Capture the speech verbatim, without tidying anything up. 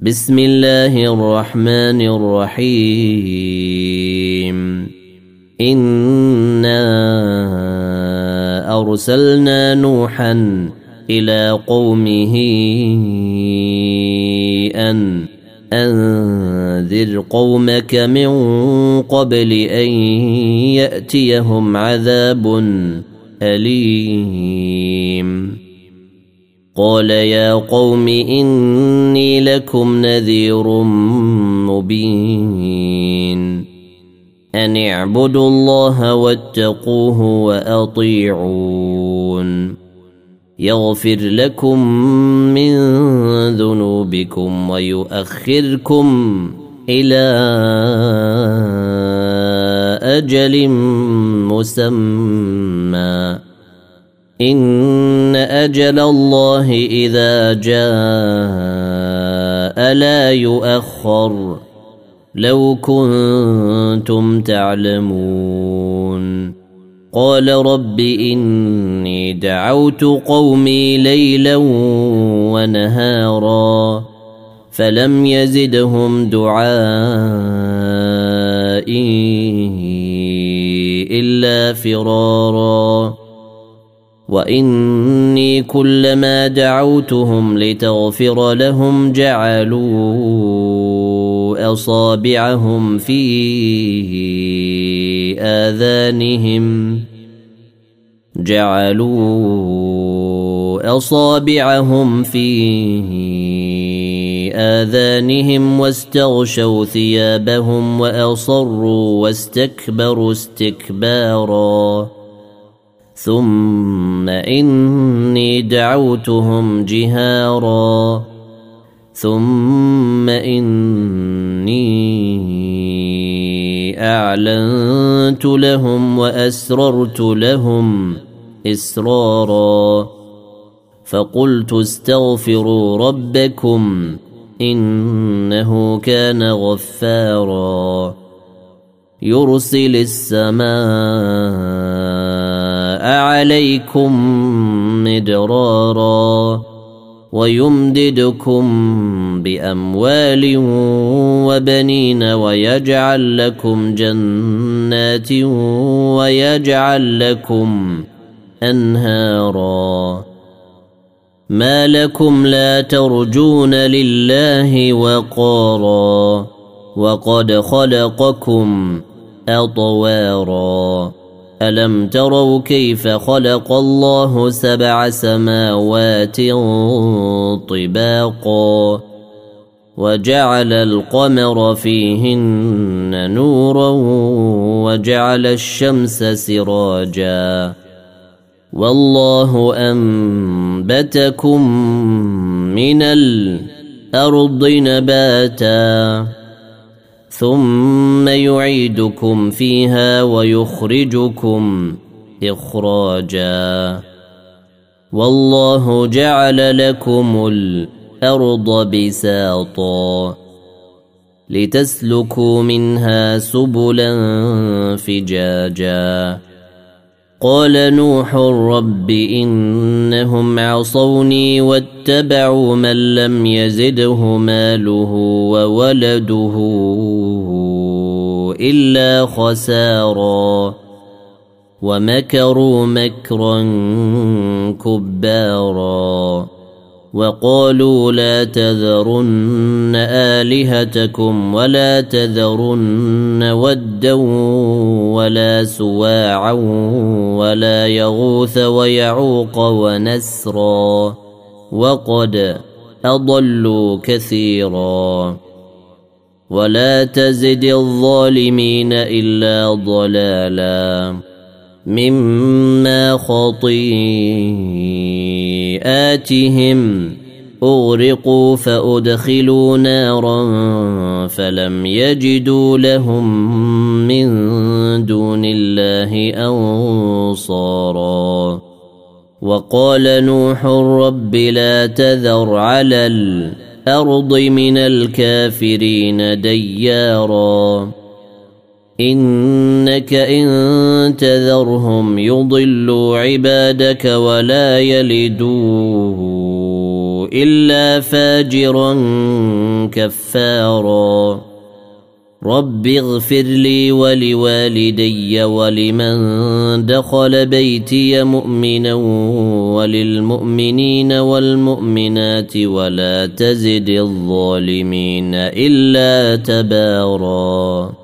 بسم الله الرحمن الرحيم. إنا أرسلنا نوحا إلى قومه أن أنذر قومك من قبل أن يأتيهم عذاب أليم. قال يا قوم إني لكم نذير مبين أن اعبدوا الله واتقوه وأطيعون يغفر لكم من ذنوبكم ويؤخركم إلى أجل مسمى إن أجل الله إذا جاء لا يؤخر لو كنتم تعلمون. قال رب إني دعوت قومي ليلا ونهارا فلم يزدهم دعائي إلا فرارا وإني كلما دعوتهم لتغفر لهم جعلوا أصابعهم في آذانهم جعلوا أصابعهم في آذانهم واستغشوا ثيابهم وأصروا واستكبروا استكبارا ثم إني دعوتهم جهارا ثم إني أعلنت لهم وأسررت لهم إسرارا فقلت استغفروا ربكم إنه كان غفارا يرسل السماء عليكم مدرارا ويمددكم بأموال وبنين ويجعل لكم جنات ويجعل لكم أنهارا ما لكم لا ترجون لله وقارا وقد خلقكم أطوارا ألم تروا كيف خلق الله سبع سماوات طباقا وجعل القمر فيهن نورا وجعل الشمس سراجا والله أنبتكم من الأرض نباتا ثم يعيدكم فيها ويخرجكم إخراجا والله جعل لكم الأرض بساطا لتسلكوا منها سبلا فجاجا قال نوح رب إنهم عصوني واتبعوا من لم يزده ماله وولده إلا خسارا ومكروا مكرا كبارا وقالوا لا تذرن آلهتكم ولا تذرن ودا ولا سواعا ولا يغوث ويعوق ونسرا وقد أضلوا كثيرا ولا تزد الظالمين إلا ضلالا مما خطيئاتهم أغرقوا فأدخلوا نارا فلم يجدوا لهم من دون الله أنصارا وقال نوح رب لا تذر على الأرض من الكافرين ديارا إنك إن تذرهم يضلوا عبادك ولا يلدوا إلا فاجرا كفارا رب اغفر لي ولوالدي ولمن دخل بيتي مؤمنا وللمؤمنين والمؤمنات ولا تزد الظالمين إلا تبارا.